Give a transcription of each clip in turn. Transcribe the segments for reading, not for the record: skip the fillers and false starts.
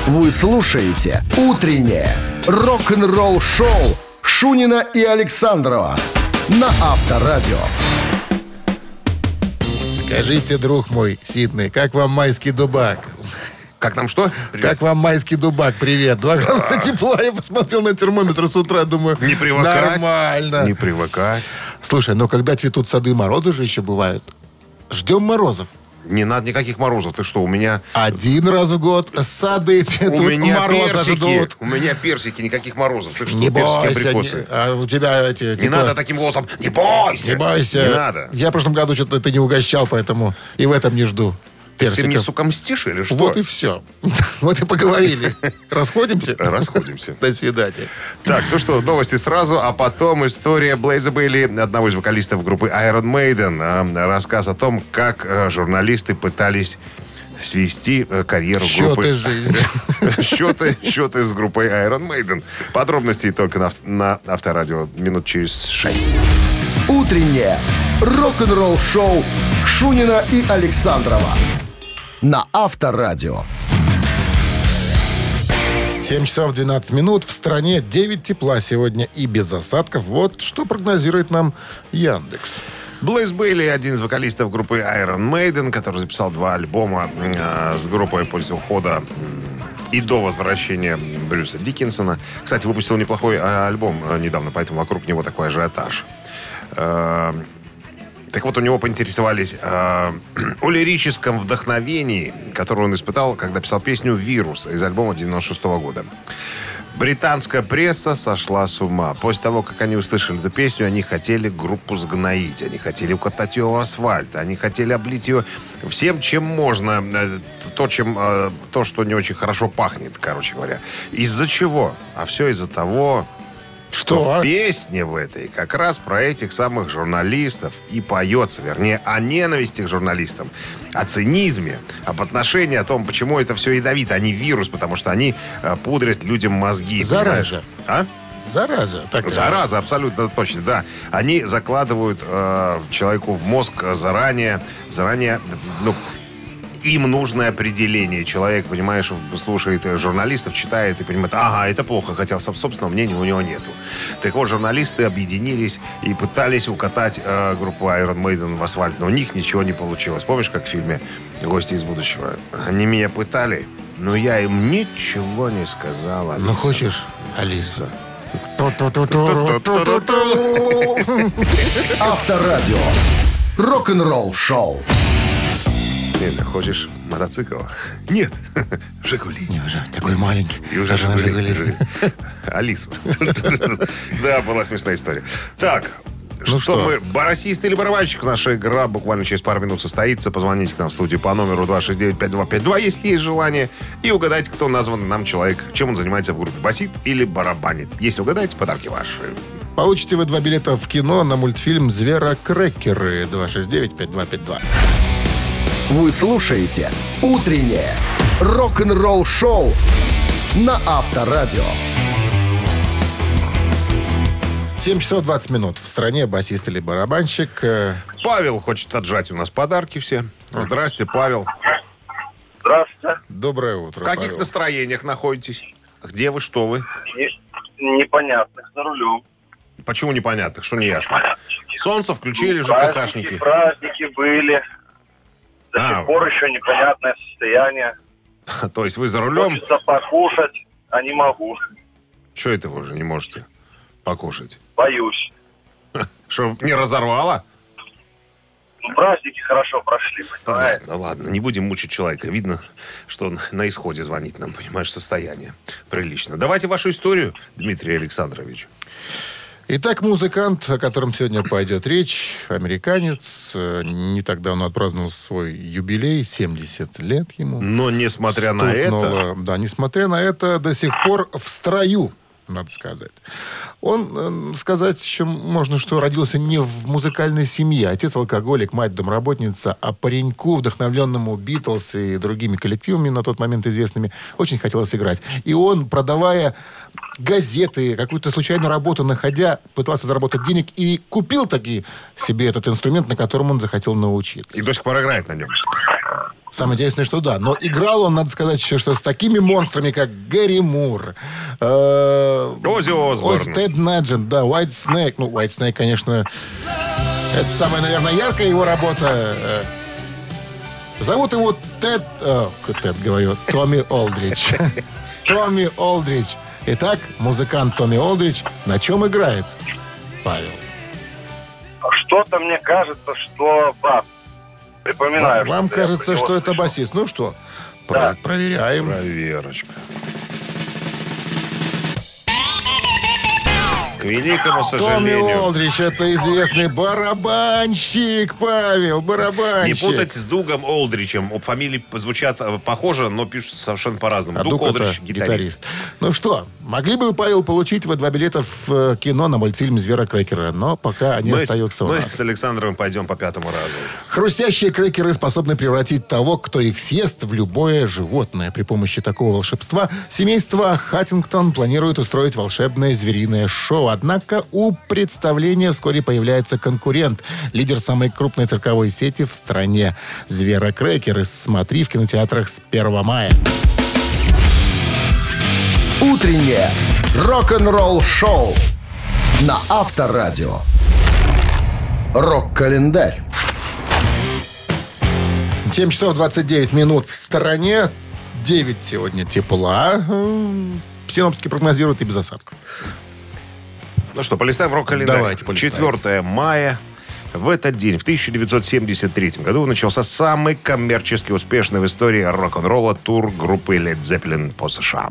Вы слушаете «Утреннее рок-н-ролл-шоу» Шунина и Александрова на Авторадио. Скажите, друг мой, Сидней, как вам майский дубак? Как нам что? Привет. Как вам майский дубак? Привет. 2 градуса тепла. Я посмотрел на термометр с утра, думаю, Не привыкать. нормально. Не привыкать. Слушай, но когда цветут сады, морозы же еще бывают. Ждем морозов. Не надо никаких морозов. Ты что, у меня... 1 раз в год сады цветут, У меня морозы персики. ждут. У меня персики, никаких морозов. Ты что, Не персики, бойся. абрикосы? У тебя эти... Не надо таким голосом. Не бойся. Не бойся. Не надо. Я в прошлом году что-то ты не угощал, поэтому и в этом не жду персиков. Ты мне, сука, мстишь или что? Вот и все. Вот и поговорили. Расходимся? Расходимся. До свидания. Так, ну что, новости сразу, а потом история Блейза Бейли, одного из вокалистов группы Iron Maiden. Рассказ о том, как журналисты пытались свести карьеру группы... Счеты с группой Iron Maiden. Подробности только на Авторадио минут через 6. «Утреннее рок-н-ролл-шоу» Шунина и Александрова на Авторадио. 7 часов 12 минут. В стране 9 тепла сегодня и без осадков. Вот что прогнозирует нам Яндекс. Блейз Бейли, один из вокалистов группы Iron Maiden, который записал 2 альбома с группой после ухода и до возвращения Брюса Диккинсона. Кстати, выпустил неплохой альбом недавно, поэтому вокруг него такой ажиотаж. Так вот, у него поинтересовались о лирическом вдохновении, которое он испытал, когда писал песню «Вирус» из альбома 96-го года. Британская пресса сошла с ума. После того, как они услышали эту песню, они хотели группу сгноить, они хотели укатать ее в асфальт, они хотели облить ее всем, чем можно, то, что не очень хорошо пахнет, короче говоря. Из-за чего? А все из-за того... Что в песне в этой как раз про этих самых журналистов и поется. Вернее, о ненависти к журналистам, о цинизме, об отношении, о том, почему это все ядовито. Они вирус, потому что они пудрят людям мозги. Зараза. А? Зараза. Такая. Зараза, абсолютно точно, да. Они закладывают человеку в мозг заранее, им нужное определение. Человек, понимаешь, слушает журналистов, читает и понимает, ага, это плохо, хотя собственного мнения у него нету. Так вот, журналисты объединились и пытались укатать группу Iron Maiden в асфальт, но у них ничего не получилось. Помнишь, как в фильме «Гости из будущего»? Они меня пытали, но я им ничего не сказал, Алиса. Ну, хочешь, Алиса? Авторадио. Рок-н-ролл-шоу. Хочешь мотоцикл? Нет. «Жигули». Не, уже такой маленький. И уже «Жигули». Алиса. Да, была смешная история. Так, ну что мы, барасист или барабанщик? Наша игра буквально через пару минут состоится. Позвоните к нам в студию по номеру 269-5252, если есть желание. И угадайте, кто назван нам человек, чем он занимается в группе, басит или барабанит. Если угадаете, подарки ваши. Получите вы 2 билета в кино на мультфильм «Зверокрекеры». 269-5252. Вы слушаете «Утреннее рок-н-ролл-шоу» на Авторадио. 7 часов 20 минут. В стране басист или барабанщик. Павел хочет отжать у нас подарки все. Здрасте, Павел. Здравствуйте. Доброе утро, В каких Павел. настроениях находитесь? Где вы, что вы? Непонятных за рулем. Почему непонятно? Что не ясно? Солнце включили в ЖКХшники. Праздники были. До сих пор еще непонятное состояние. То есть вы за рулем? Хочется покушать, а не могу. Что это вы уже не можете покушать? Боюсь. Что, не разорвало? Праздники хорошо прошли, понимаете? Ладно, не будем мучить человека. Видно, что он на исходе звонит нам, понимаешь, состояние прилично. Давайте вашу историю, Дмитрий Александрович. Итак, музыкант, о котором сегодня пойдет речь, американец, не так давно отпраздновал свой юбилей, 70 лет ему. Но несмотря на это... Да, несмотря на это, до сих пор в строю, надо сказать. Он, сказать еще можно, что родился не в музыкальной семье. Отец алкоголик, мать домработница, а пареньку, вдохновленному Битлз и другими коллективами на тот момент известными, очень хотелось играть. И он, продавая газеты, какую-то случайную работу находя, пытался заработать денег и купил таки себе этот инструмент, на котором он захотел научиться. И до сих пор играет на нем. Самое интересное, что да. Но играл он, надо сказать, еще, что с такими монстрами, как Гэри Мур, Оззи Осборн, Тед Наджент, да, White Snake. Ну, White Snake, конечно, это самая, наверное, яркая его работа. Зовут его Томми Олдридж. Томми Олдридж. Итак, музыкант Томми Олдридж на чем играет, Павел? Что-то мне кажется, что бас. Припоминаю. Вам кажется, что это басист. Ну что, Да. проверяем. проверочка. К великому Томми сожалению. Олдридж, это известный барабанщик, Павел, Не барабанщик. путать с Дугом Олдричем. Фамилии звучат похоже, но пишут совершенно по-разному. А Дуг Дуг это Олдрич — гитарист. Ну что, могли бы, Павел, получить вы 2 билета в кино на мультфильм «Звера Крекера», но пока они остаются у мы нас. с Александром пойдем по 5-му разу. Хрустящие крекеры способны превратить того, кто их съест, в любое животное. При помощи такого волшебства семейство Хаттингтон планирует устроить волшебное звериное шоу. Однако у представления вскоре появляется конкурент. Лидер самой крупной цирковой сети в стране. «Зверокрекеры». Смотри в кинотеатрах с 1 мая. Утреннее рок-н-ролл-шоу на Авторадио. Рок-календарь. 7 часов 29 минут в стороне. 9 сегодня тепла. Синоптики прогнозируют и без осадков. Ну что, полистаем рок-календарь. Давайте полистаем. 4 мая. В этот день, в 1973 году, начался самый коммерчески успешный в истории рок-н-ролла тур группы Led Zeppelin по США.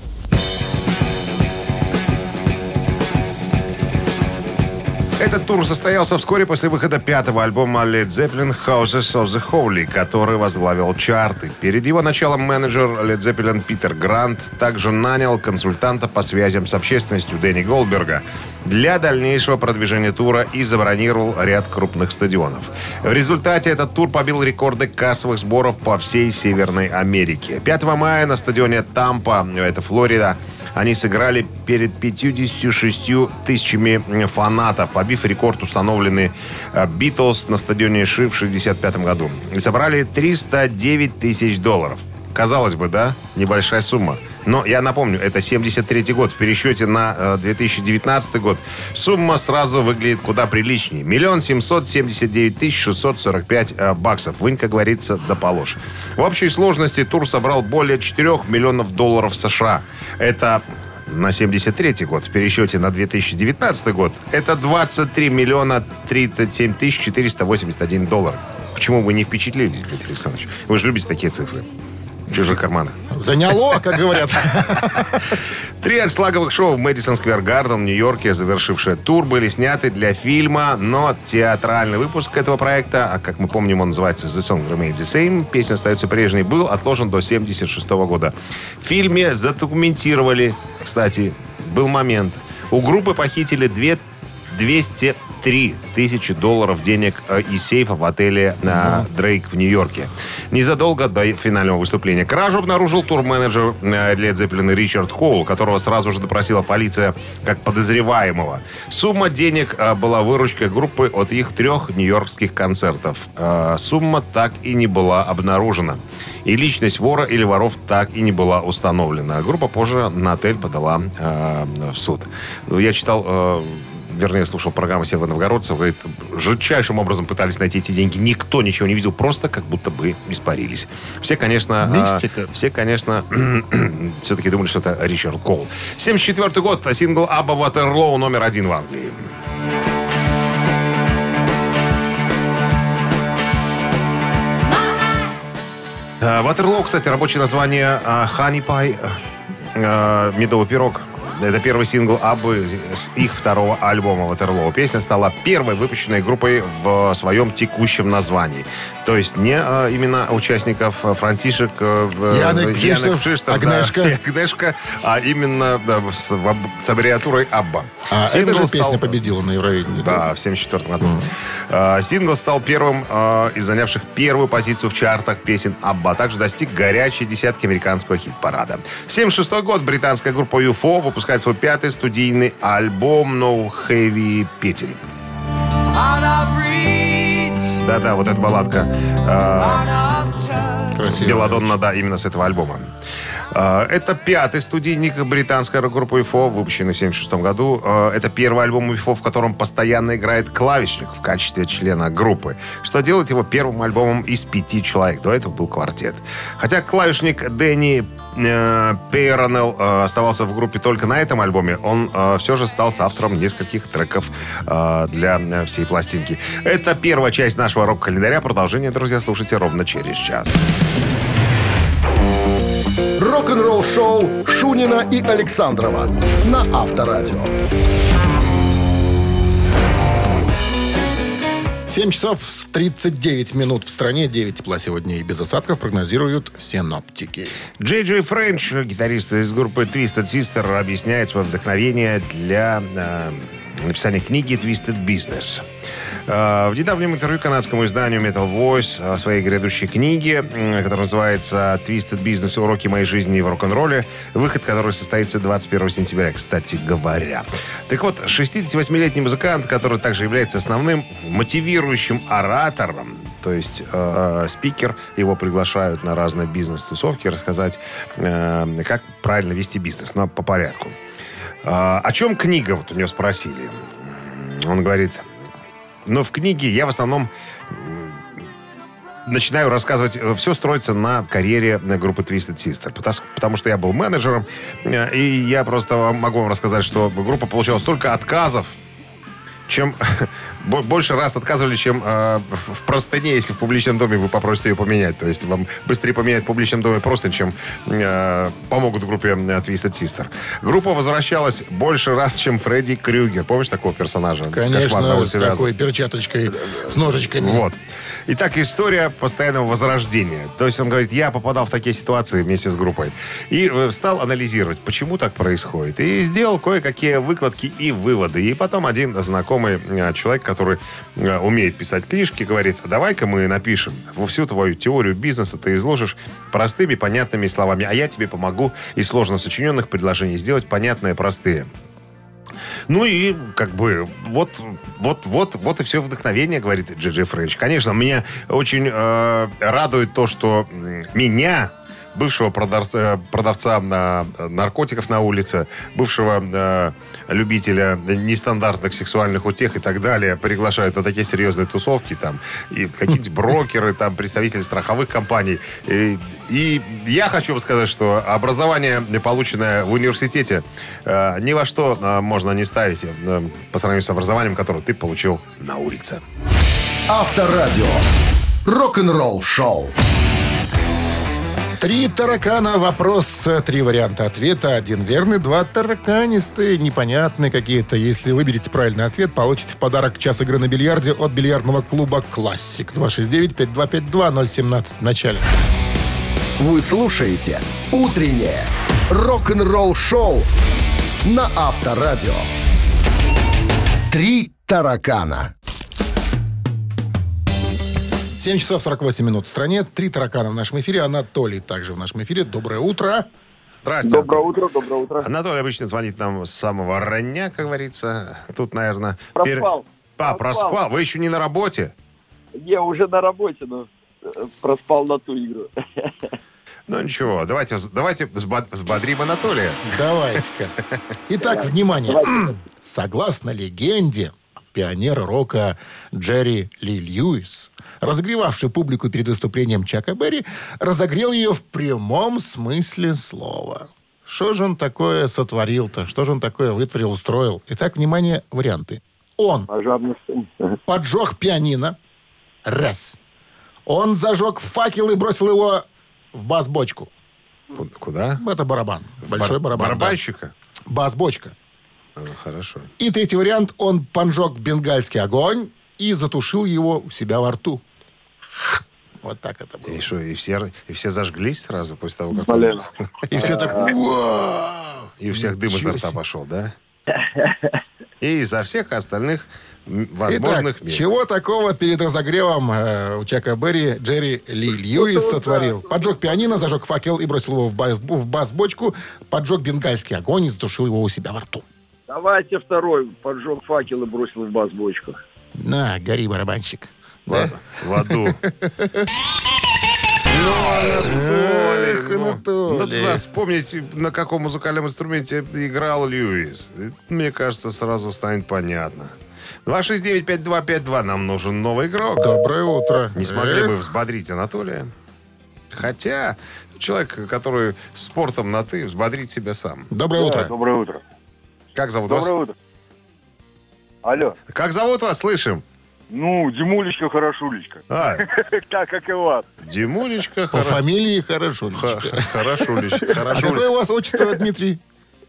Этот тур состоялся вскоре после выхода 5-го альбома Led Zeppelin «Houses of the Holy», который возглавил чарты. Перед его началом менеджер Led Zeppelin Питер Грант также нанял консультанта по связям с общественностью Дэнни Голдберга для дальнейшего продвижения тура и забронировал ряд крупных стадионов. В результате этот тур побил рекорды кассовых сборов по всей Северной Америке. 5 мая на стадионе Тампа, это Флорида, они сыграли перед 56 тысячами фанатов, побив рекорд, установленный Битлз на стадионе Ши в 1965 году. И собрали $309 тысяч. Казалось бы, да, небольшая сумма. Но я напомню, это 73 год. В пересчете на 2019 год сумма сразу выглядит куда приличнее. $1 779 645 баксов. Вынь, как говорится, да положь. В общей сложности тур собрал более $4 миллионов США. Это на 73 год. В пересчете на 2019 год это $23 037 481. Почему вы не впечатлились, Дмитрий Александрович? Вы же любите такие цифры. В чужих карманах. Заняло, как говорят. 3 анслаговых шоу в Мэдисон Сквер Гарден в Нью-Йорке, завершившие тур, были сняты для фильма, но театральный выпуск этого проекта, а как мы помним, он называется «The Song Remains the Same», песня остается прежней, был отложен до 1976 года. В фильме задокументировали, кстати, был момент, у группы похитили $203 тысячи денег из сейфа в отеле Дрейк в Нью-Йорке. Незадолго до финального выступления кражу обнаружил турменеджер Led Zeppelin Ричард Коул, которого сразу же допросила полиция как подозреваемого. Сумма денег была выручкой группы от их 3 нью-йоркских концертов. Сумма так и не была обнаружена. И личность вора или воров так и не была установлена. Группа позже на отель подала в суд. Я читал... Вернее, слушал программу Сева Новгородцев. Говорит, жутчайшим образом пытались найти эти деньги. Никто ничего не видел. Просто как будто бы испарились. Все, конечно... Мистика. Все, конечно, все-таки думали, что это Ричард Коул. 1974 год. Сингл Абба «Waterloo» номер 1 в Англии. «Waterloo», кстати, рабочее название «Honey Pie», «Медовый пирог». Это первый сингл Аббы с их 2-го альбома «Waterloo». Песня стала первой выпущенной группой в своем текущем названии. То есть не имена участников Франтишек, Янек Пшиштов, Агнешка, а именно с аббревиатурой Абба. А эта же песня победила на Евровидении. Да, в 1974 году. Сингл стал первым из занявших первую позицию в чартах песен Абба, а также достиг горячей десятки американского хит-парада. 1976 год. Британская группа UFO выпускает свой 5-й студийный альбом No Heavy Petting. Да-да, вот эта балладка. Красивая Белладонна, да, именно с этого альбома. Это 5-й студийник британской рок-группы UFO, выпущенный в 1976 году. Это первый альбом UFO, в котором постоянно играет клавишник в качестве члена группы, что делает его первым альбомом из 5 человек. До этого был квартет. Хотя клавишник Дэнни Пейронелл оставался в группе только на этом альбоме, он все же стал соавтором нескольких треков для всей пластинки. Это первая часть нашего рок-календаря. Продолжение, друзья, слушайте ровно через час. Рок-н-ролл шоу Шунина и Александрова на Авторадио. 7 часов 39 минут в стране. 9 тепла сегодня и без осадков прогнозируют синоптики. Джей Джей Френч, гитарист из группы Twisted Sister, объясняет свое вдохновение для написания книги Twisted Business. В недавнем интервью канадскому изданию Metal Voice о своей грядущей книге, которая называется «Twisted Business. Уроки моей жизни в рок-н-ролле», выход которой состоится 21 сентября, кстати говоря. Так вот, 68-летний музыкант, который также является основным мотивирующим оратором, то есть спикер, его приглашают на разные бизнес-тусовки рассказать, как правильно вести бизнес, но по порядку. О чем книга, вот у него спросили. Он говорит: но в книге я в основном начинаю рассказывать, все строится на карьере группы Twisted Sister, потому что я был менеджером, и я просто могу вам рассказать, что группа получала столько отказов, чем больше раз отказывали, чем в простыне, если в публичном доме вы попросите ее поменять. То есть вам быстрее поменять в публичном доме простынь, чем помогут группе Twisted Sister. Группа возвращалась больше раз, чем Фредди Крюгер. Помнишь такого персонажа? Конечно, с такой перчаточкой, с ножичками. Вот. Итак, история постоянного возрождения. То есть он говорит, я попадал в такие ситуации вместе с группой. И стал анализировать, почему так происходит. И сделал кое-какие выкладки и выводы. И потом один знакомый человек, который умеет писать книжки, говорит: давай-ка мы напишем всю твою теорию бизнеса, ты изложишь простыми, понятными словами, а я тебе помогу из сложно сочиненных предложений сделать понятные, простые. Ну и как бы вот и все вдохновение, говорит Джей Джей Френч. Конечно, меня очень радует то, что меня, бывшего продавца наркотиков на улице, бывшего любителя нестандартных сексуальных утех и так далее, приглашают на такие серьезные тусовки, там, и какие-нибудь брокеры, там, представители страховых компаний. И я хочу вам сказать, что образование, полученное в университете, ни во что можно не ставить по сравнению с образованием, которое ты получил на улице. Авторадио. Рок-н-ролл шоу. 3 таракана. Вопрос, 3 варианта ответа. 1 верный, 2 тараканистые, непонятные какие-то. Если выберете правильный ответ, получите в подарок час игры на бильярде от бильярдного клуба «Классик». 269-5252-017 в начале. Вы слушаете «Утреннее рок-н-ролл шоу» на Авторадио. 3 таракана. 7 часов 48 минут в стране. 3 таракана в нашем эфире. Анатолий также в нашем эфире. Доброе утро. Здравствуйте. Доброе утро, доброе утро. Анатолий обычно звонит нам с самого рання, как говорится. Тут, наверное... Проспал. Проспал. Вы еще не на работе? Я уже на работе, но проспал на ту игру. Ну ничего, давайте взбодрим Анатолия. Давайте-ка. Итак, внимание. Согласно легенде, пионер рока Джерри Ли Льюис, разогревавший публику перед выступлением Чака Берри, разогрел ее в прямом смысле слова. Что же он такое сотворил-то? Что же он такое вытворил, устроил? Итак, внимание, варианты. Он поджег пианино. Раз. Он зажег факел и бросил его в бас-бочку. Куда? Это барабан. Большой барабан. Барабанщика? Да. Бас-бочка. Хорошо. И третий вариант. Он поджег бенгальский огонь и затушил его у себя во рту. Вот так это было. И что, и все зажглись сразу после того, как... Блин. И все так... «Вау!» И у всех дым изо рта пошел, да? И изо всех остальных возможных Итак, мест. чего такого перед разогревом у Чака Берри Джерри Ли Льюис сотворил? Поджег пианино, зажег факел и бросил его в бас-бочку, поджег бенгальский огонь и затушил его у себя во рту. Давайте второй. Поджег факел и бросил в бас-бочку. На, гори, барабанщик. Ладно, в аду. Эх, Анатолий. Надо вспомнить, на каком музыкальном инструменте играл Льюис. Мне кажется, сразу станет понятно. 269-5252. Нам нужен новый игрок. Доброе утро. Не смогли мы взбодрить Анатолия. Хотя человек, который спортом на «ты», взбодрить себя сам. Доброе утро. Доброе утро. Как зовут вас? Доброе утро. Алло. Как зовут вас? Слышим. Ну, Димулечка, хорошулечка. Так, как и вас. Димулечка. По фамилии Хорошулечка. Хорошулечка. А какое у вас отчество, Дмитрий?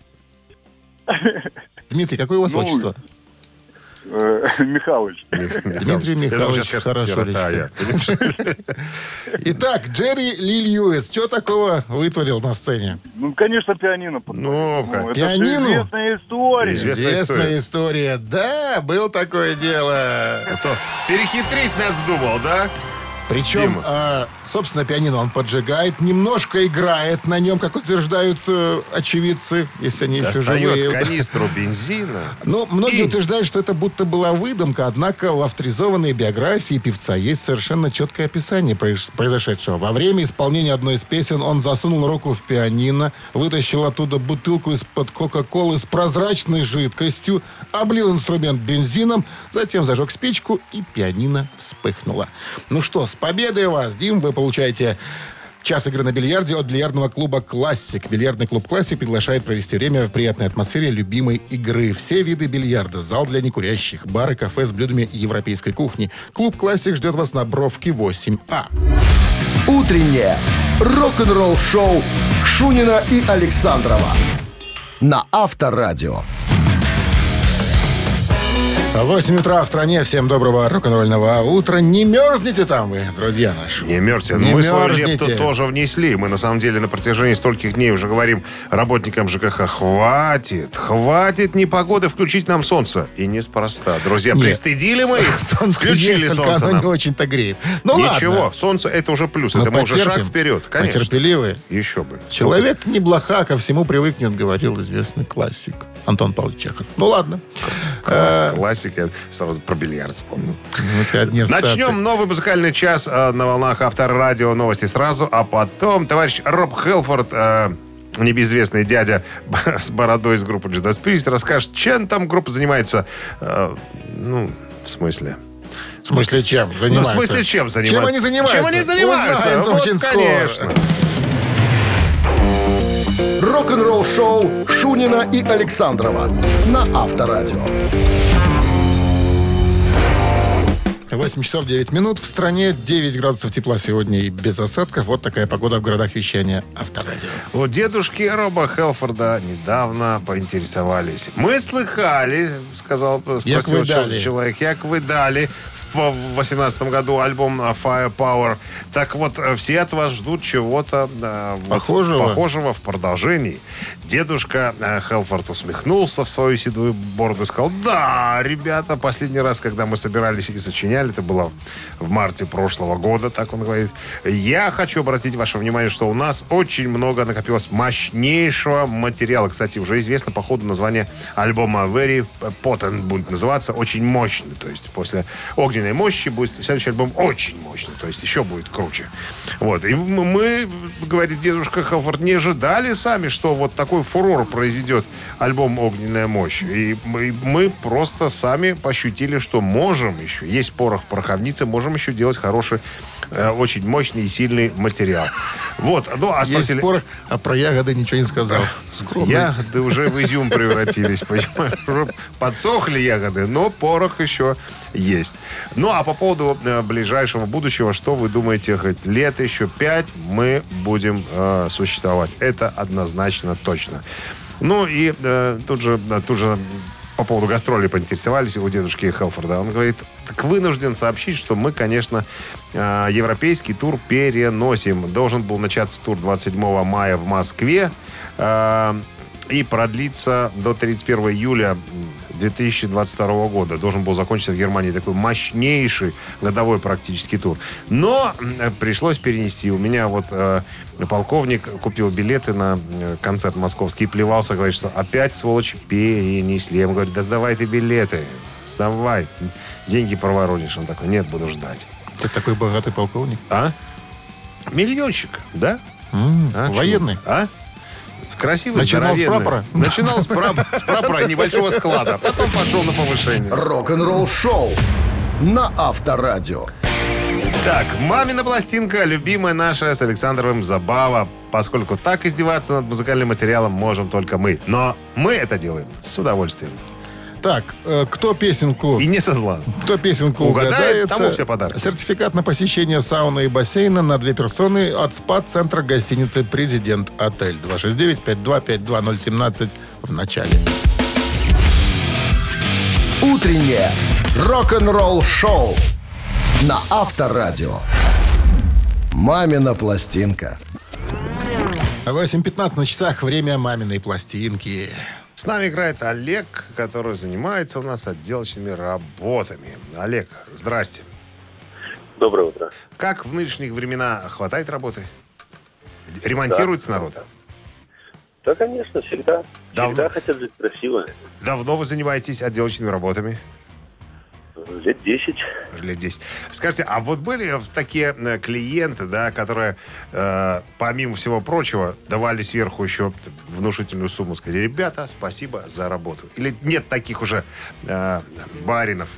Дмитрий, какое у вас отчество? Михалыч. Дмитрий Михайлович Хорошулечка. Итак, Джерри Ли Льюис, что такого вытворил на сцене? Ну, конечно, пианино. Ну-ка. Это Пианино? известная история. Известная история. Да, было такое дело. Кто перехитрить нас думал, да? Причем, собственно, пианино он поджигает, немножко играет на нем, как утверждают очевидцы, если они еще живые. Достает канистру бензина. Ну, многие утверждают, что это будто была выдумка, однако в авторизованной биографии певца есть совершенно четкое описание произошедшего. Во время исполнения одной из песен он засунул руку в пианино, вытащил оттуда бутылку из-под Кока-Колы с прозрачной жидкостью, облил инструмент бензином, затем зажег спичку, и пианино вспыхнуло. Ну что, с победой вас, Дим! Вы получаете час игры на бильярде от бильярдного клуба «Классик». Бильярдный клуб «Классик» приглашает провести время в приятной атмосфере любимой игры. Все виды бильярда, зал для некурящих, бары, кафе с блюдами европейской кухни. Клуб «Классик» ждет вас на Бровке 8А. Утреннее рок-н-ролл-шоу Шунина и Александрова на Авторадио. 8 утра в стране. Всем доброго рок-н-ролльного утра. Не мерзните там вы, друзья наши. Не мерзните. Не Мы свою мерзните. лепту тоже внесли. Мы, на самом деле, на протяжении стольких дней уже говорим работникам ЖКХ: хватит непогоды, включить нам солнце. И неспроста. Друзья, Нет, пристыдили мы их, солнце включили есть, только солнце оно нам. не очень-то греет. Ну Ничего, ладно. солнце — это уже плюс. Мы Это мы уже потерпим. шаг вперед, конечно. Потерпеливые. Еще бы. Человек не блоха, ко всему привыкнет, говорил известный классик Антон Павлович Чехов. Ну ладно. Классика. Сразу про бильярд вспомнил. У тебя одни ассоциации. Начнем новый музыкальный час на волнах Авторадио. Новости сразу, а потом товарищ Роб Хелфорд, небезызвестный дядя с бородой из группы Judas Priest, расскажет, чем там группа занимается. В смысле? В смысле, чем занимаются? Ну, в смысле, чем занимаются? Чем они занимаются? Чем они занимаются? Узнаем Вот, очень конечно. Рок-н-ролл-шоу Шунина и Александрова на Авторадио. 8 часов 9 минут. В стране 9 градусов тепла сегодня и без осадков. Вот такая погода в городах вещания Авторадио. У дедушки Роба Хелфорда недавно поинтересовались. Мы слыхали, спросил человек, как вы дали в 2018 году альбом Firepower. Так вот, все от вас ждут чего-то похожего в продолжении. Дедушка Хелфорд усмехнулся в свою седую бороду и сказал: да, ребята, последний раз, когда мы собирались и сочиняли, это было в марте прошлого года, так он говорит, я хочу обратить ваше внимание, что у нас очень много накопилось мощнейшего материала. Кстати, уже известно по ходу название альбома Very Potent будет называться, очень мощный. То есть после огненной мощи будет следующий альбом очень мощный, то есть еще будет круче. Вот. И мы, говорит дедушка Хелфорд, не ожидали сами, что вот такой фурор произведет альбом «Огненная мощь». И мы просто сами ощутили, что можем еще, есть порох в пороховнице, можем еще делать хороший, очень мощный и сильный материал. Вот. Ну, а спросили... Есть порох, а про ягоды ничего не сказал. Скромный. Ягоды уже в изюм превратились, понимаешь? Уже подсохли ягоды, но порох еще есть. Ну, а по поводу ближайшего будущего, что вы думаете? Хоть лет еще 5 мы будем существовать. Это однозначно точно. Ну, и тут же по поводу гастролей поинтересовались у дедушки Хелфорда. Он говорит, так вынужден сообщить, что мы, конечно, европейский тур переносим. Должен был начаться тур 27 мая в Москве и продлиться до 31 июля 2022 года. Должен был закончиться в Германии такой мощнейший годовой практически тур. Но пришлось перенести. У меня вот полковник купил билеты на концерт московский и плевался, говорит, что опять, сволочь, перенесли. Я ему говорю, да сдавай ты билеты. Сдавай. Деньги проворонишь. Он такой, нет, буду ждать. Ты такой богатый полковник? А? Миллионщик, да? Военный. Красивый, Начинал с здоровенный. прапора? Начинал с прапора небольшого склада. Потом пошел на повышение. Рок-н-ролл шоу на Авторадио. Так, «Мамина пластинка», любимая наша с Александровым забава. Поскольку так издеваться над музыкальным материалом можем только мы. Но мы это делаем с удовольствием. Так, кто песенку... И не со зла. Кто песенку Угадает, угадает, тому все подарки. сертификат на посещение сауны и бассейна на 2 персоны от СПА-центра гостиницы «Президент Отель». 269-5252017 в начале. Утреннее рок-н-ролл шоу на Авторадио. «Мамина пластинка». 8:15 на часах. Время маминой пластинки. С нами играет Олег, который занимается у нас отделочными работами. Олег, здрасте. Доброе утро. Как в нынешних времена хватает работы? Ремонтируется народ? Да, конечно, всегда. Давно? Всегда хотят жить красиво. Давно вы занимаетесь отделочными работами? Лет 10. Лет 10. Скажите, а вот были такие клиенты, да, которые, помимо всего прочего, давали сверху еще внушительную сумму? Сказали, ребята, спасибо за работу. Или нет таких уже баринов?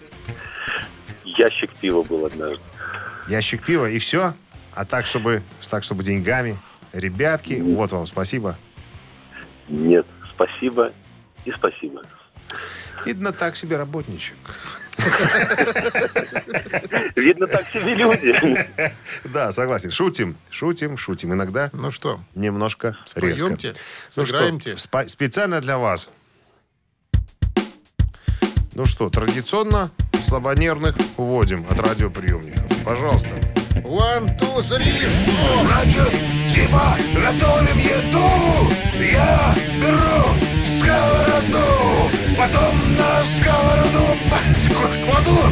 Ящик пива был однажды. Ящик пива и все? А так, чтобы деньгами? Ребятки, вот вам спасибо. Нет, спасибо и спасибо. Видно, так себе работничек. Видно, так себе люди. Да, согласен. Шутим. Иногда Ну что, немножко резко. споемте, Ну что, сыграемте. специально для вас. Ну что, традиционно слабонервных уводим от радиоприемников. Пожалуйста. 1, 2, 3. Значит, типа готовим еду. Я беру сковороду, потом на сковороду кладу,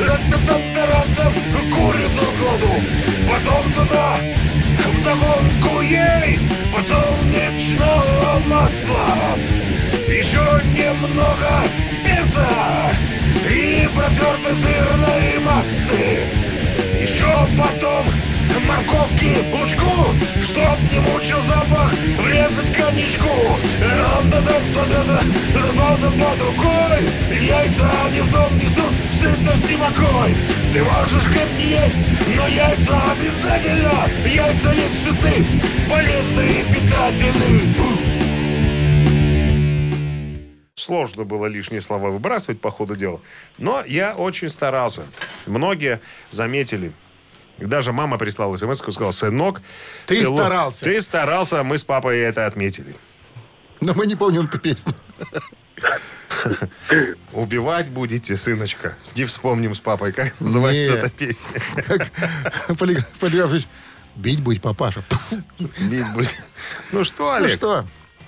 курицу кладу, потом туда вдогонку ей подсолнечного масла, еще немного перца и протертой сырной массы. Еще потом морковки, лучку, чтоб не мучил запах, врезать коньячку. Под рукой яйца они в дом несут сытости покой. Ты можешь хлеб не есть, но яйца обязательно. Яйца ведь сытны, полезны и питательны. Сложно было лишние слова выбрасывать по ходу дела. Но я очень старался. Многие заметили. И даже мама прислала смс-ку и сказала, сынок, Ты старался. Ты старался, мы с папой это отметили. Но мы не помним эту песню. Убивать будете, сыночка. Не вспомним с папой, как называется эта песня. Полиграфович, бить будь, папаша. Бить будет. Ну что, Ну Олег? что?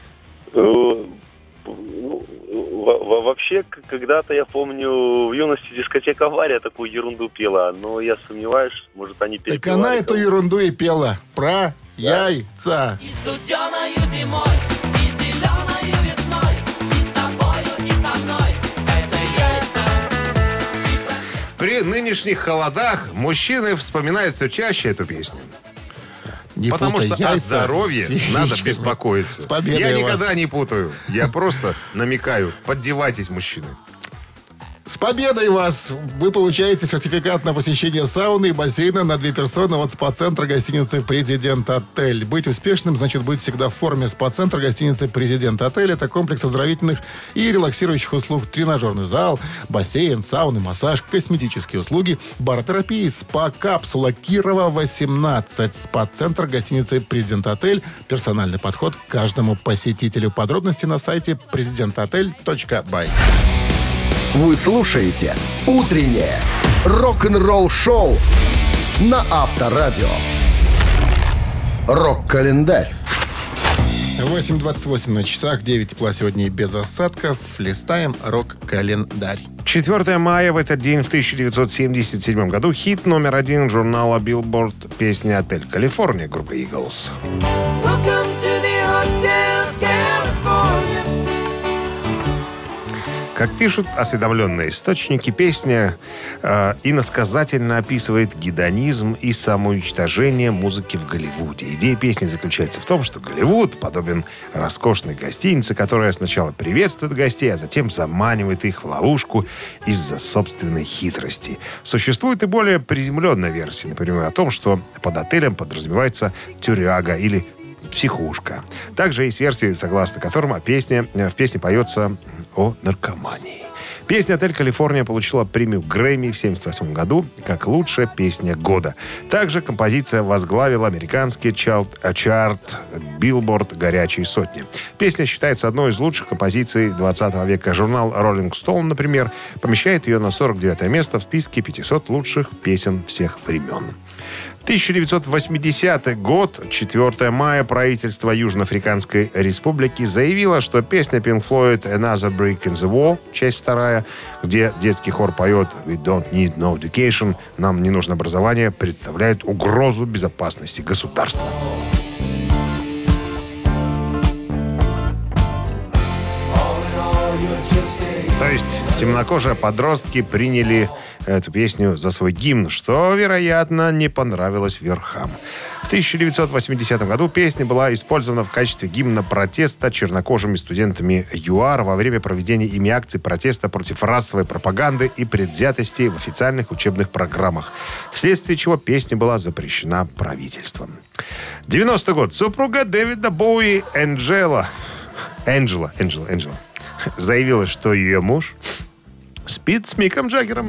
Вообще, когда-то, я помню, в юности дискотека «Авария» такую ерунду пела, но я сомневаюсь, может, они перепевали. Так она эту ерунду и пела. Про яйца. И студеною зимой, и зеленою весной, и с тобою, и со мной. Это яйца. При нынешних холодах мужчины вспоминают все чаще эту песню. Не Потому путай что о яйца здоровье с яичками. надо беспокоиться. С победой Я вас. никогда не путаю. Я просто намекаю. Поддевайтесь, мужчины. С победой вас! Вы получаете сертификат на посещение сауны и бассейна на 2 персоны от СПА-центра гостиницы «Президент Отель». Быть успешным значит быть всегда в форме. СПА-центра гостиницы «Президент Отель» — это комплекс оздоровительных и релаксирующих услуг. Тренажерный зал, бассейн, сауны, массаж, косметические услуги, баротерапия, СПА-капсула Кирова, 18. СПА-центр гостиницы «Президент Отель». Персональный подход к каждому посетителю. Подробности на сайте prezidentotel.by. Вы слушаете «Утреннее рок-н-ролл-шоу» на Авторадио. Рок-календарь. 8:28 на часах, 9 тепла сегодня и без осадков. Листаем рок-календарь. 4 мая в этот день в 1977 году хит номер 1 журнала Billboard, песня «Отель Калифорния» группы Eagles. Welcome to the Hotel California. Как пишут осведомленные источники, песня иносказательно описывает гедонизм и самоуничтожение музыки в Голливуде. Идея песни заключается в том, что Голливуд подобен роскошной гостинице, которая сначала приветствует гостей, а затем заманивает их в ловушку из-за собственной хитрости. Существует и более приземленная версия, например, о том, что под отелем подразумевается тюряга или психушка. Также есть версии, согласно которым в песне поется о наркомании. Песня «Отель Калифорния» получила премию Грэмми в 1978 году как лучшая песня года. Также композиция возглавила американский чарт Billboard «Горячие сотни». Песня считается одной из лучших композиций 20 века. Журнал Rolling Stone, например, помещает ее на 49 место в списке 500 лучших песен всех времен. 1980 год, 4 мая, правительство Южноафриканской Республики заявило, что песня Pink Floyd «Another Brick in the Wall», часть 2, где детский хор поет «We don't need no education», «Нам не нужно образование», представляет угрозу безопасности государства. То есть темнокожие подростки приняли эту песню за свой гимн, что, вероятно, не понравилось верхам. В 1980 году песня была использована в качестве гимна протеста чернокожими студентами ЮАР во время проведения ими акций протеста против расовой пропаганды и предвзятости в официальных учебных программах, вследствие чего песня была запрещена правительством. 90-й год. Супруга Дэвида Боуи Энджела заявила, что ее муж спит с Миком Джаггером.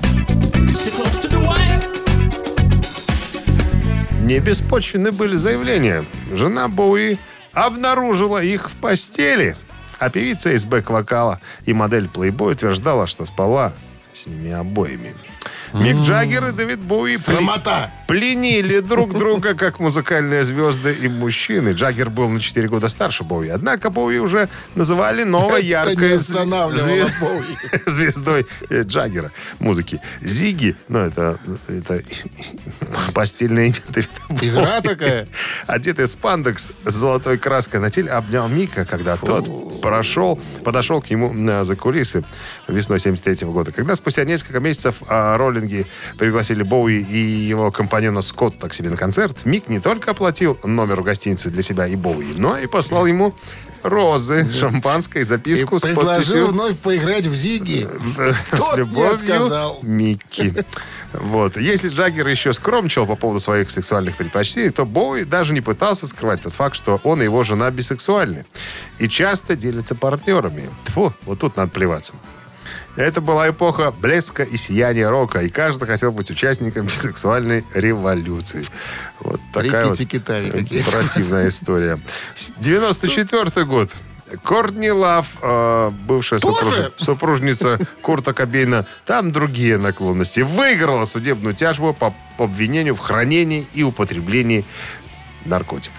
Не беспочвенны были заявления. Жена Боуи обнаружила их в постели. А певица из бэк-вокала и модель Playboy утверждала, что спала с ними обоими. Мик Джаггер и Дэвид Боуи пленили друг друга как музыкальные звезды и мужчины. Джаггер был на 4 года старше Боуи. Однако Боуи уже называли новой яркой звездой Джаггера музыки. Зигги, это постельное имя Дэвида Боуи. Игра такая. Одетый в спандекс с золотой краской на теле, обнял Мика, когда тот подошел к нему за кулисы весной 1973 года. Когда спустя несколько месяцев роллинги пригласили Боуи и его компаньона Скотта к себе на концерт, Мик не только оплатил номер в гостинице для себя и Боуи, но и послал ему розы, шампанское и записку с подписью. Предложил вновь поиграть в Зигги. С любовью, Микки. Вот. Если Джаггер еще скромничал по поводу своих сексуальных предпочтений, то Боуи даже не пытался скрывать тот факт, что он и его жена бисексуальны. И часто делятся партнерами. Фу, вот тут надо плеваться. Это была эпоха блеска и сияния рока, и каждый хотел быть участником бисексуальной революции. Вот такая вот противная история. 94-й год. Кортни Лав, бывшая супружница Курта Кобейна, там другие наклонности, выиграла судебную тяжбу по обвинению в хранении и употреблении наркотиков.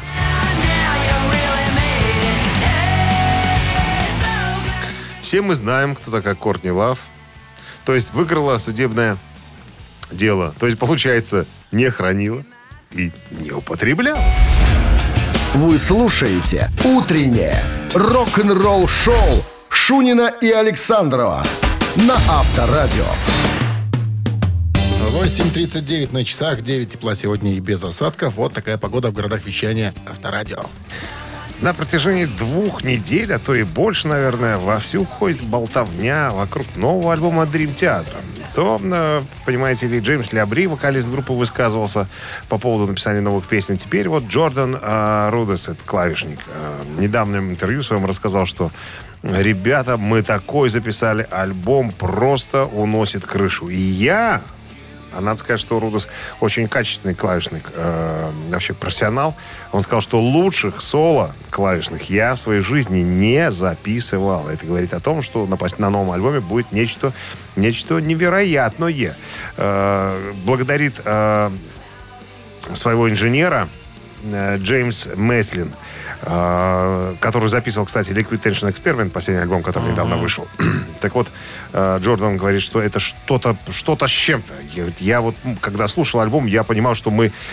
Все мы знаем, кто такая Кортни Лав. То есть выиграла судебное дело. То есть, получается, не хранила и не употребляла. Вы слушаете «Утреннее рок-н-ролл-шоу» Шунина и Александрова на Авторадио. 8:39 на часах, 9 тепла сегодня и без осадков. Вот такая погода в городах вещания Авторадио. На протяжении 2 недель, а то и больше, наверное, вовсю ходит болтовня вокруг нового альбома Dream Theater. То, понимаете ли, Джеймс Лябри, вокалист группы, высказывался по поводу написания новых песен. Теперь вот Джордан Рудес, это клавишник, в недавнем интервью своем рассказал, что ребята, мы такой записали альбом, просто уносит крышу. И надо сказать, что Рудес очень качественный клавишник, вообще профессионал. Он сказал, что лучших соло клавишных я в своей жизни не записывал. Это говорит о том, что на новом альбоме будет нечто невероятное. Благодарит своего инженера Джеймс Меслин, который записывал, кстати, Liquid Tension Experiment, последний альбом, который недавно вышел. Так вот, Джордан говорит, что это что-то с чем-то. Я вот, когда слушал альбом, я понимал, что мы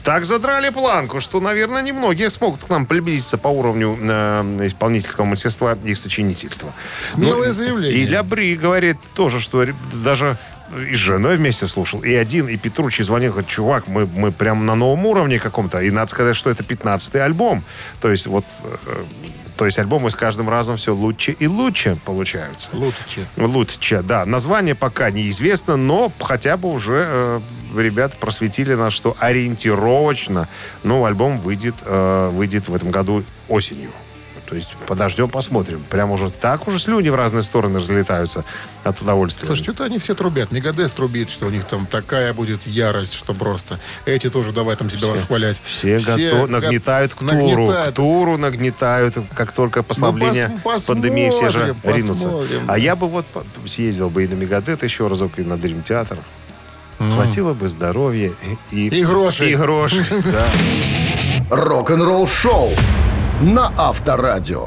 Так задрали планку, что, наверное, немногие смогут к нам приблизиться по уровню исполнительского мастерства и сочинительства. Смелое заявление. Илья Бри говорит тоже, что даже и с женой вместе слушал. И один, и Петруччи звонил, говорит, чувак, мы прям на новом уровне каком-то. И надо сказать, что это 15-й альбом. То есть альбомы с каждым разом все лучше и лучше получаются. Лучше, да. Название пока неизвестно, но хотя бы уже ребята просветили нас, что ориентировочно новый альбом выйдет в этом году осенью. То есть подождем, посмотрим. Прям уже так уже слюни в разные стороны разлетаются от удовольствия. Слушай, что-то они все трубят. Мегадес трубит, что у них там такая будет ярость, что просто. Эти тоже давай там себя восхвалять. Все нагнетают к туру нагнетают. Как только послабление с пандемией, все же ринутся. А я бы съездил бы и на Мегадет еще разок, и на Дрим Театр. Хватило бы здоровья и грошей. И грошей, да. Рок-н-ролл шоу на Авторадио.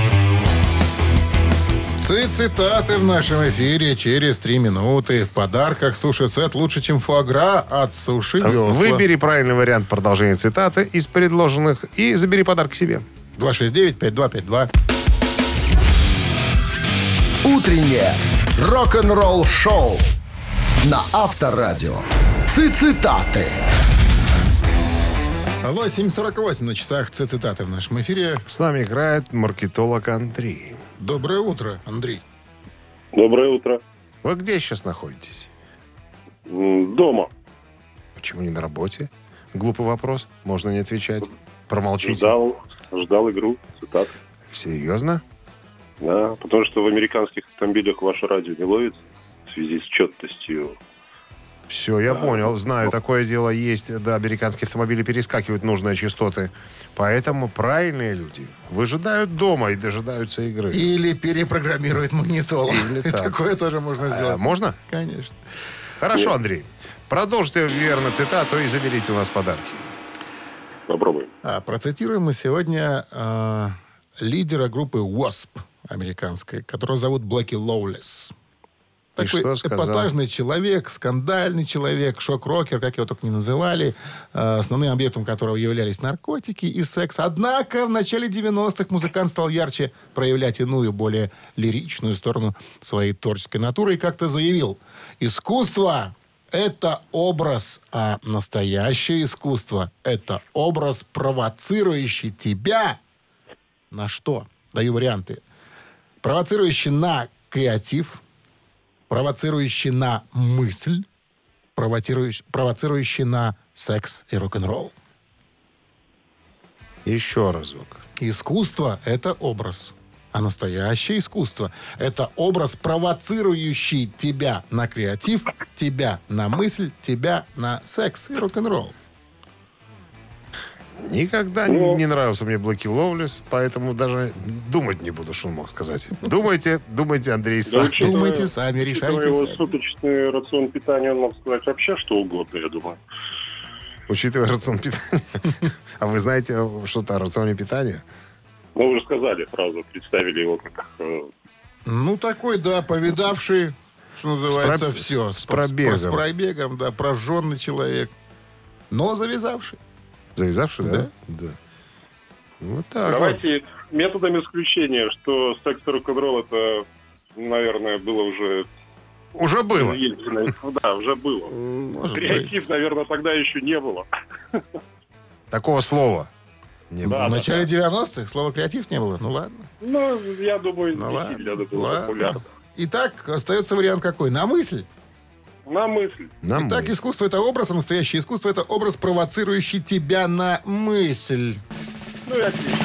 Цитаты в нашем эфире через 3 минуты. В подарках суши-сет лучше, чем фуагра от Суши Весла. Выбери правильный вариант продолжения цитаты из предложенных и забери подарок себе. 269-5252. Утреннее рок-н-ролл шоу на Авторадио. Цитаты. 8:48 на часах. Цитаты в нашем эфире. С нами играет маркетолог Андрей. Доброе утро, Андрей. Доброе утро. Вы где сейчас находитесь? Дома. Почему не на работе? Глупый вопрос. Можно не отвечать. Промолчите. Ждал игру, цитаты. Серьезно? Да, потому что в американских автомобилях ваше радио не ловится в связи с четкостью. Все, я понял. Знаю, такое дело есть. Да, американские автомобили перескакивают нужные частоты. Поэтому правильные люди выжидают дома и дожидаются игры. Или перепрограммируют магнитолу. Такое тоже можно сделать. Можно? Конечно. Хорошо, Андрей. Продолжите верно цитату и заберите у нас подарки. Попробуем. Процитируем мы сегодня лидера группы Wasp американской, которого зовут Блэки Лоулес. Такой эпатажный человек, скандальный человек, шок-рокер, как его только не называли, основным объектом которого являлись наркотики и секс. Однако в начале 90-х музыкант стал ярче проявлять иную, более лиричную сторону своей творческой натуры и как-то заявил: искусство — это образ, а настоящее искусство — это образ, провоцирующий тебя на что? Даю варианты. Провоцирующий на креатив, провоцирующий на мысль, провоцирующий на секс и рок-н-ролл. Еще разок. Искусство — это образ. А настоящее искусство — это образ, провоцирующий тебя на креатив, тебя на мысль, тебя на секс и рок-н-ролл. Никогда не нравился мне Блэки Лоулес, поэтому даже думать не буду, что он мог сказать. Думайте, Андрей, сами. Думайте сами, решайте его сами. суточный рацион питания, он мог сказать вообще что угодно, я думаю. Учитывая рацион питания. А вы знаете что-то о рационе питания? Ну, вы же сказали фразу, представили его как... Такой, да, повидавший, что называется, все. С пробегом. С пробегом, да, прожженный человек, но завязавший. Завязавший, да? Да. Вот так. Давайте методом исключения, что секс и рок-н-ролл это, наверное, было уже... Уже было? Да, уже было. Может Креатив, быть. наверное, тогда еще не было. Такого слова не было. В начале 90-х слова «креатив» не было. Ну, ладно. Ну, я думаю, ладно. действительно, это было популярно. Итак, остается вариант какой? На мысль? На мысль. Итак, искусство — это образ, а настоящее искусство — это образ, провоцирующий тебя на мысль. Ну и отлично.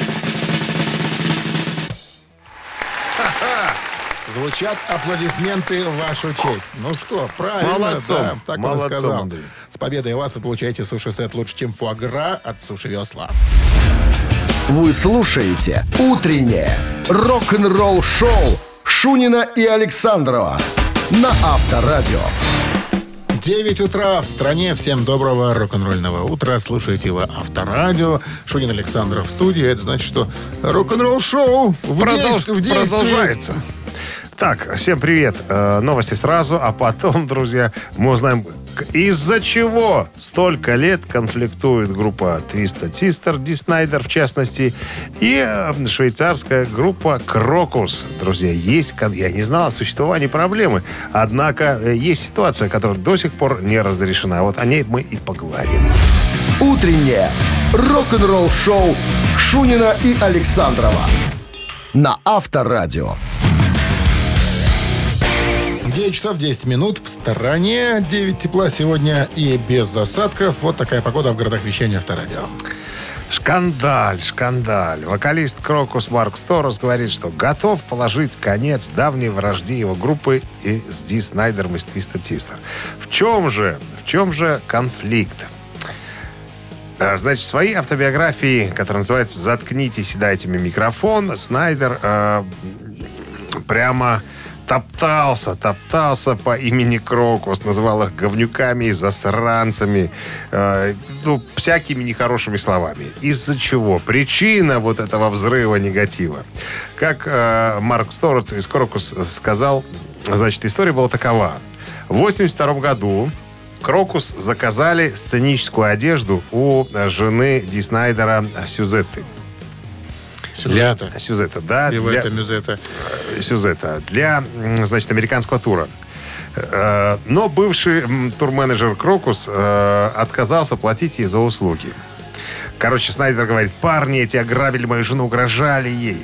Звучат аплодисменты в вашу честь. Ну что, правильно. Молодцом. Да, так он и сказал. Андрей. С победой вас вы получаете суши-сет лучше, чем фуагра от Суши Весла. Вы слушаете «Утреннее рок-н-ролл-шоу» Шунина и Александрова на Авторадио. 9 утра в стране. Всем доброго рок-н-ролльного утра. Слушайте вы Авторадио. Шунин Александров в студии. Это значит, что рок-н-ролл-шоу в действии. Продолжается. Так, всем привет. Новости сразу, а потом, друзья, мы узнаем, Так, из-за чего столько лет конфликтует группа Twisted Sister, Ди Снайдер в частности, и швейцарская группа Крокус? Друзья, я не знал о существовании проблемы, однако есть ситуация, которая до сих пор не разрешена. Вот о ней мы и поговорим. Утреннее рок-н-ролл-шоу Шунина и Александрова на Авторадио. 9 часов 10 минут в стороне. 9 тепла сегодня и без осадков. Вот такая погода в городах вещания Авторадио. Шкандаль. Вокалист Крокус Марк Сторос говорит, что готов положить конец давней вражде его группы и с Ди Снайдером из Twisted Sister. В чем же конфликт? Значит, в своей автобиографии, которая называется «Заткнитесь и дайте мне микрофон», Снайдер прямо топтался по имени Крокус, называл их говнюками и засранцами, всякими нехорошими словами. Из-за чего? Причина вот этого взрыва негатива. Как Марк Сторос из Крокус сказал, значит, история была такова. В 1982 году Крокус заказали сценическую одежду у жены Ди Снайдера Сюзетты. Сюзетта, да. Сюзетта. Для, значит, американского тура. Но бывший турменеджер Крокус отказался платить ей за услуги. Короче, Снайдер говорит, парни эти ограбили мою жену, угрожали ей.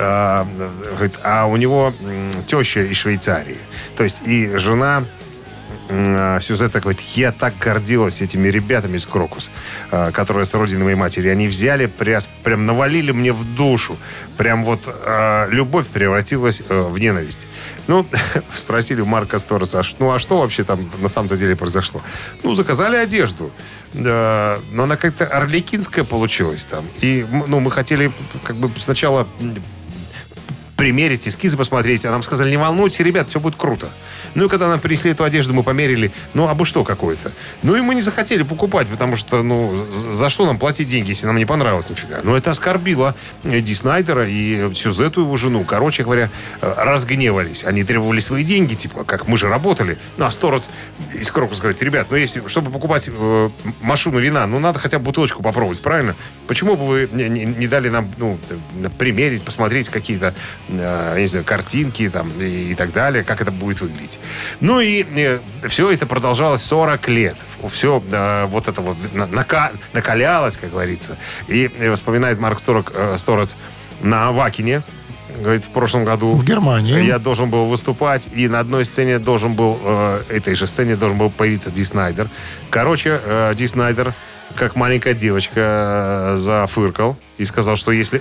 А у него теща из Швейцарии. То есть и жена... Сюзетта говорит, я так гордилась этими ребятами из Крокус, которые с родины моей матери. Они взяли, прям навалили мне в душу. Прям вот любовь превратилась в ненависть. Ну, спросили у Марка Стороса, а что вообще там на самом-то деле произошло? Ну, заказали одежду. Но она как-то арлекинская получилась там. И мы хотели как бы сначала примерить, эскизы посмотреть. А нам сказали, не волнуйтесь, ребят, все будет круто. Ну и когда нам принесли эту одежду, мы померили, абы что какое-то. Ну и мы не захотели покупать, потому что, за что нам платить деньги, если нам не понравилось нифига? Это оскорбило Ди Снайдера и Сюзетту, его жену. Короче говоря, разгневались. Они требовали свои деньги, типа, как мы же работали. А Сторос из Крокус говорит, ребят, если, чтобы покупать машину вина, надо хотя бы бутылочку попробовать, правильно? Почему бы вы не дали нам, примерить, посмотреть какие-то, не знаю, картинки там и так далее, как это будет выглядеть? И все это продолжалось 40 лет. Все вот это вот накалялось, как говорится. И вспоминает Марк Сторос на Авакине. Говорит, в прошлом году в Германии я должен был выступать, и на одной сцене этой же сцене должен был появиться Ди Снайдер. Короче, Ди Снайдер, как маленькая девочка, зафыркал и сказал, что если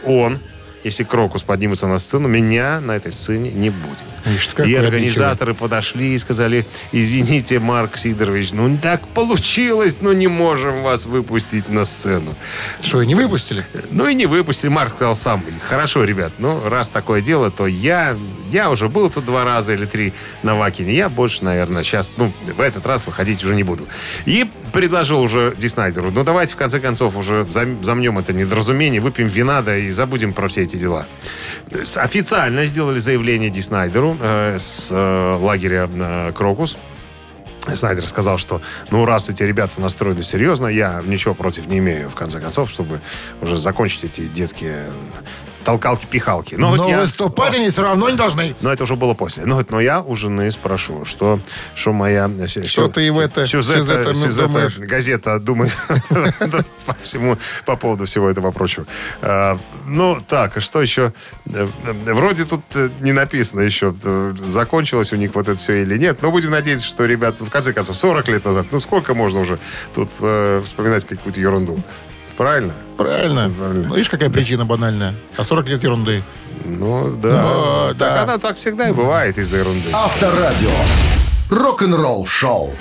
Крокус поднимется на сцену, меня на этой сцене не будет. И организаторы подошли и сказали, извините, Марк Сидорович, так получилось, не можем вас выпустить на сцену. Что, и не выпустили? И не выпустили. Марк сказал сам, хорошо, ребят, раз такое дело, то я уже был тут 2 раза или 3 на Вакине, я больше, наверное, сейчас, в этот раз выходить уже не буду. И предложил уже Ди Снайдеру, давайте в конце концов уже замнем это недоразумение, выпьем вина, да и забудем про все эти дела. Официально сделали заявление Ди Снайдеру с лагеря Крокус. Снайдер сказал, что раз эти ребята настроены серьезно, я ничего против не имею, в конце концов, чтобы уже закончить эти детские толкалки-пихалки. Но выступать они все равно не должны. Но это уже было после. Но я у жены спрошу, что моя... Что ты и в это... Сюзетта газета думает по поводу всего этого прочего. Так, что еще? Вроде тут не написано еще, закончилось у них вот это все или нет. Но будем надеяться, что ребята, в конце концов, 40 лет назад, сколько можно уже тут вспоминать какую-то ерунду? Правильно? Правильно. Видишь, какая причина банальная? А 40 лет ерунды. Да. Так она так всегда и бывает из-за ерунды. Авторадио. Рок-н-ролл шоу.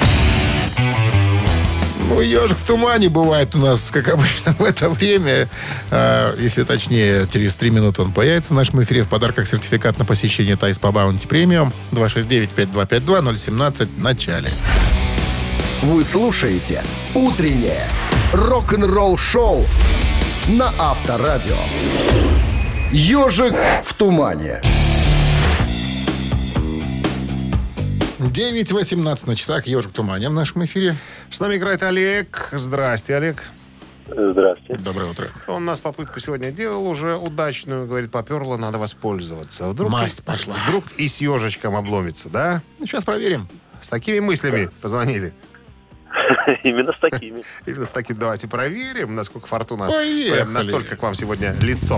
Ежик в тумане бывает у нас, как обычно, в это время. Если точнее, через 3 минуты он появится в нашем эфире. В подарках сертификат на посещение Тайс по Баунти Премиум. 269-5252-017 в начале. Вы слушаете «Утреннее рок-н-ролл-шоу» на Авторадио. «Ежик в тумане». 9:18 на часах. «Ежик в тумане» в нашем эфире. С нами играет Олег. Здрасте, Олег. Здравствуйте. Доброе утро. Он нас попытку сегодня делал уже удачную. Говорит, поперло, надо воспользоваться. Вдруг, Масть пошла. Вдруг и с ежичком обломится, да? Ну, сейчас проверим. С такими мыслями позвонили. Именно с такими. Именно с такими. Давайте проверим, насколько фортуна Поехали. прям настолько к вам сегодня лицом.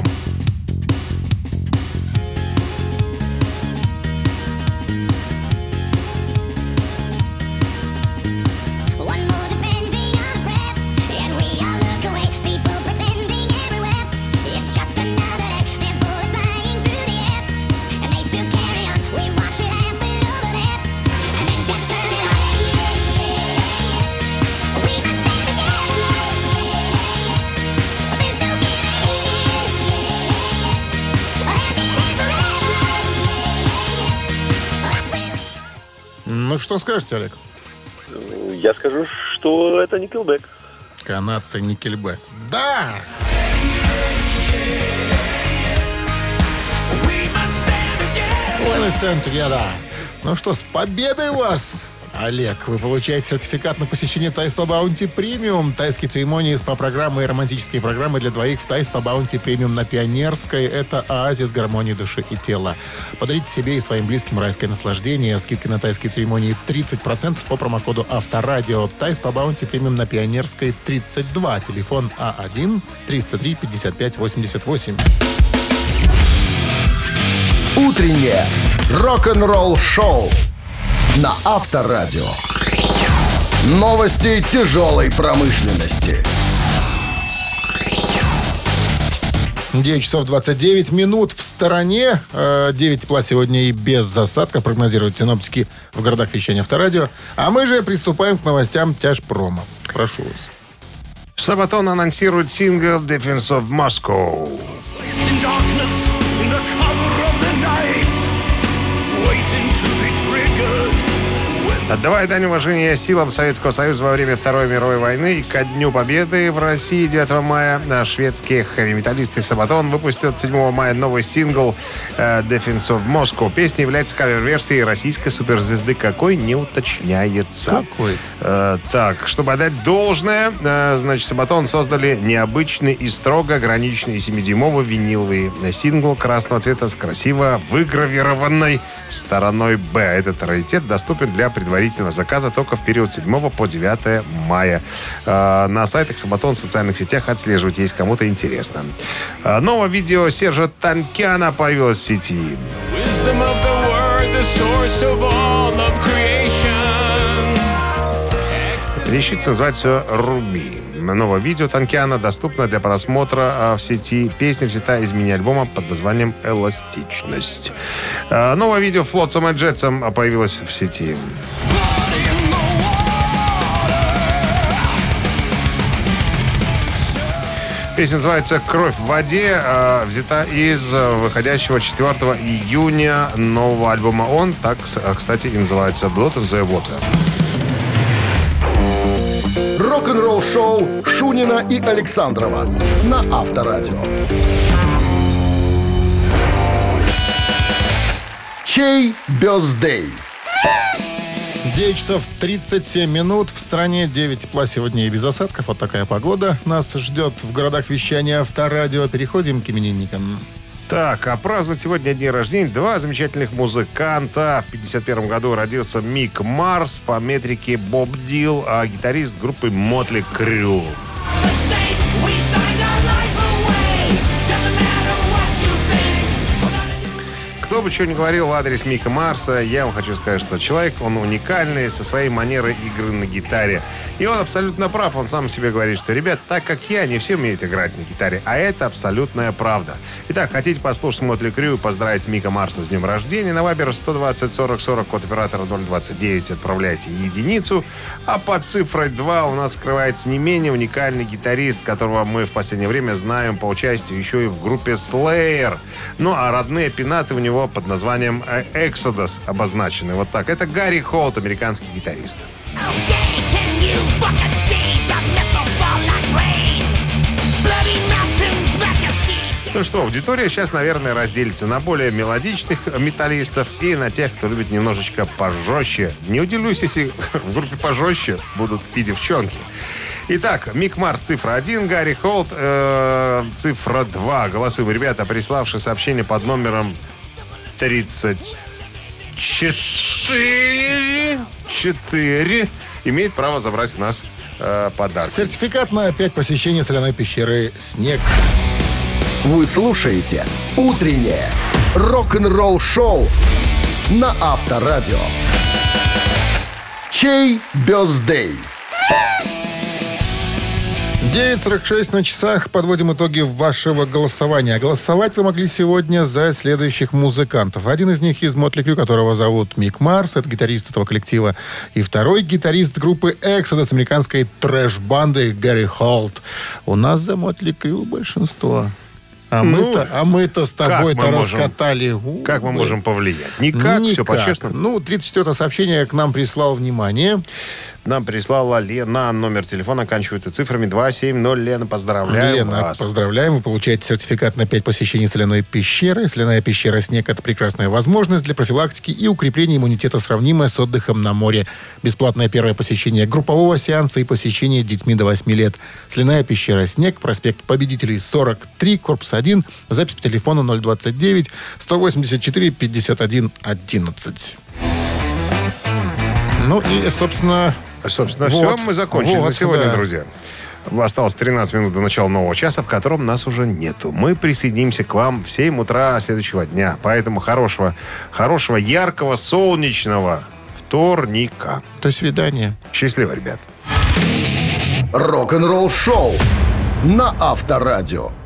One more depending on a prep, and we all look away. People pretending everywhere. It's just another day. There's bullets flying through the air, and they still carry on. We watch it happen over there, and then just turn it on. We must stand together. There's no giving in. Happy and forever. Ну, что скажете, Олег? Я скажу, что это Nickelback. Канадцы Nickelback. Да! When we stand together. Ну что, с победой вас, Олег. Вы получаете сертификат на посещение Тайс по Баунти Премиум. Тайские церемонии, СПА-программы и романтические программы для двоих в Тайс по Баунти Премиум на Пионерской. Это оазис гармонии души и тела. Подарите себе и своим близким райское наслаждение. Скидка на тайские церемонии 30% по промокоду Авторадио. Тайс по Баунти Премиум на Пионерской 32. Телефон А1-303-55-88. Утреннее рок-н-ролл-шоу на Авторадио. Новости тяжелой промышленности. 9 часов 29 минут в стороне. 9 тепла сегодня и без засадков прогнозируют синоптики в городах вещания Авторадио. А мы же приступаем к новостям тяжпрома. Прошу вас. Сабатон анонсирует сингл «Defense of Moscow». In darkness, in the cover of the night, waiting to be triggered. Отдавая дань уважения силам Советского Союза во время Второй мировой войны и ко Дню Победы в России 9 мая шведские хэви-металлисты Сабатон выпустят 7 мая новый сингл «Defense of Moscow». Песня является кавер-версией российской суперзвезды, какой не уточняется. Какой? Так, чтобы отдать должное, значит, Сабатон создали необычный и строго ограниченный 7-дюймовый виниловый сингл красного цвета с красиво выгравированной стороной «Б». Этот раритет доступен для предварительного заказа только в период 7 по 9 мая. На сайтах Сабатон в социальных сетях отслеживать, если кому-то интересно. Новое видео Сержа Танкяна появилось в сети. Wisdom of the word, the source of all of creation. Вещица называется «Руби». Новое видео Танкиана доступно для просмотра в сети. Песня взята из мини-альбома под названием «Эластичность». Новое видео Флотсом и Джетсом появилось в сети. Песня называется «Кровь в воде», взята из выходящего 4 июня нового альбома «Он». Так, кстати, и называется «Blood in the Water». Рок-н-ролл-шоу Шунина и Александрова на Авторадио. Чей бёздей? 9 часов 37 минут. В стране 9 тепла сегодня и без осадков. Вот такая погода нас ждет в городах вещания Авторадио. Переходим к именинникам. Так, а праздновать сегодня дни рождения два замечательных музыканта. В 1951 году родился Мик Марс, по метрике Боб Дил, а гитарист группы Мотли Крю. Кто бы что ни говорил в адрес Мика Марса, я вам хочу сказать, что человек, он уникальный, со своей манерой игры на гитаре. И он абсолютно прав. Он сам себе говорит, что, ребят, так как я, не все умеют играть на гитаре. А это абсолютная правда. Итак, хотите послушать Мотли Крю и поздравить Мика Марса с днем рождения? На Вайбер 120 40 40, код оператора 029, отправляйте единицу. А под цифрой 2 у нас скрывается не менее уникальный гитарист, которого мы в последнее время знаем по участию еще и в группе Slayer. Ну, а родные пенаты у него под названием Exodus обозначены. Вот так. Это Гарри Холт, американский гитарист. Ну что, аудитория сейчас, наверное, разделится на более мелодичных металлистов и на тех, кто любит немножечко пожестче. Не удивлюсь, если в группе пожестче будут и девчонки. Итак, Мик Марс, цифра 1, Гарри Холт, цифра 2. Голосуем, ребята, приславшие сообщение под номером 34 имеет право забрать у нас подарок. Сертификат на 5 посещений соляной пещеры «Снег». Вы слушаете «Утреннее рок-н-ролл-шоу» на Авторадио. Чей бёздей? 9:46 на часах. Подводим итоги вашего голосования. Голосовать вы могли сегодня за следующих музыкантов. Один из них из Мотли Крю, которого зовут Мик Марс. Это гитарист этого коллектива. И второй гитарист группы Exodus, американской трэш-банды Гарри Холт. У нас за Мотли Крю большинство. А мы-то с тобой-то раскатали. Как мы можем повлиять? Никак. Все по-честному. 34-е сообщение к нам прислал внимание. Нам прислала Лена. Номер телефона оканчивается цифрами 270. Лена, поздравляем Лена, вас. поздравляем. Вы получаете сертификат на 5 посещений соляной пещеры. Соляная пещера «Снег» — это прекрасная возможность для профилактики и укрепления иммунитета, сравнимая с отдыхом на море. Бесплатное первое посещение группового сеанса и посещение детьми до 8 лет. Соляная пещера «Снег», проспект Победителей, 43, корпус 1. Запись по телефону 029 184 51 11. Ну и, собственно, все, мы закончили на сегодня, да. друзья. Осталось 13 минут до начала нового часа, в котором нас уже нету. Мы присоединимся к вам в 7 утра следующего дня. Поэтому хорошего, яркого, солнечного вторника. До свидания. Счастливо, ребят. Рок-н-ролл-шоу на Авторадио.